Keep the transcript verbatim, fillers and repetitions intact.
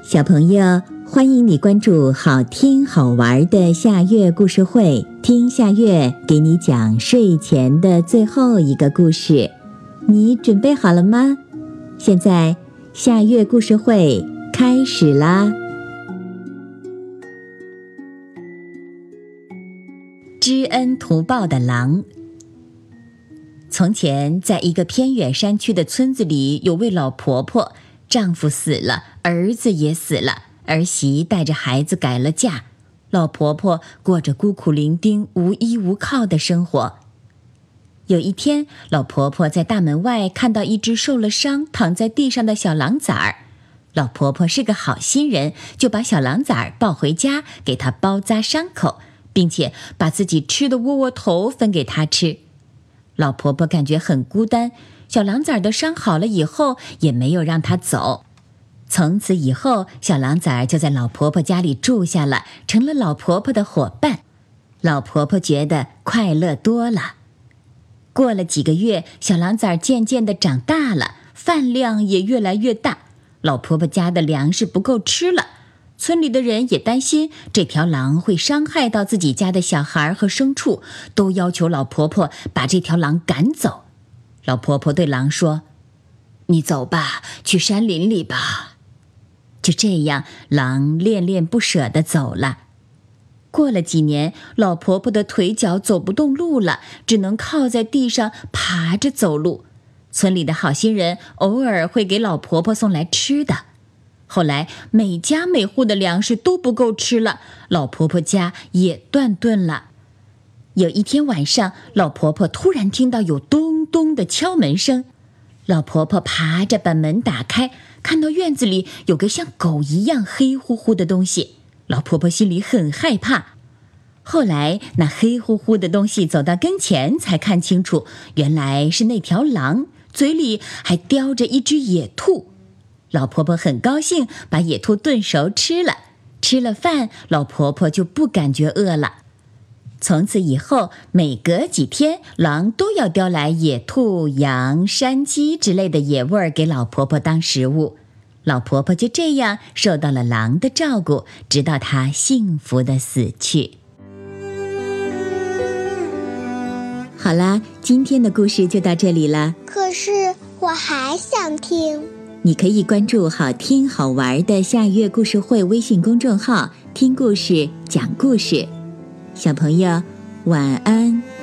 小朋友，欢迎你关注好听好玩的夏月故事会，听夏月给你讲睡前的最后一个故事。你准备好了吗？现在夏月故事会开始啦！知恩图报的狼。从前，在一个偏远山区的村子里，有位老婆婆，丈夫死了，儿子也死了，儿媳带着孩子改了嫁，老婆婆过着孤苦伶仃、无依无靠的生活。有一天，老婆婆在大门外看到一只受了伤躺在地上的小狼崽儿。老婆婆是个好心人，就把小狼崽儿抱回家，给它包扎伤口，并且把自己吃的窝窝头分给它吃。老婆婆感觉很孤单，小狼崽儿的伤好了以后，也没有让它走。从此以后，小狼崽儿就在老婆婆家里住下了，成了老婆婆的伙伴。老婆婆觉得快乐多了。过了几个月，小狼崽儿渐渐地长大了，饭量也越来越大，老婆婆家的粮食不够吃了。村里的人也担心这条狼会伤害到自己家的小孩和牲畜，都要求老婆婆把这条狼赶走。老婆婆对狼说：“你走吧，去山林里吧。”就这样，狼恋恋不舍地走了。过了几年，老婆婆的腿脚走不动路了，只能靠在地上爬着走路。村里的好心人偶尔会给老婆婆送来吃的。后来每家每户的粮食都不够吃了，老婆婆家也断顿了。有一天晚上，老婆婆突然听到有咚咚的敲门声，老婆婆爬着把门打开，看到院子里有个像狗一样黑乎乎的东西，老婆婆心里很害怕。后来那黑乎乎的东西走到跟前，才看清楚，原来是那条狼，嘴里还叼着一只野兔。老婆婆很高兴，把野兔炖熟吃了。吃了饭，老婆婆就不感觉饿了。从此以后，每隔几天，狼都要叼来野兔、羊、山鸡之类的野味儿给老婆婆当食物。老婆婆就这样受到了狼的照顾，直到她幸福的死去。好啦，今天的故事就到这里了。 可是我还想听。 你可以关注好听好玩的夏月故事会微信公众号，听故事讲故事。小朋友，晚安。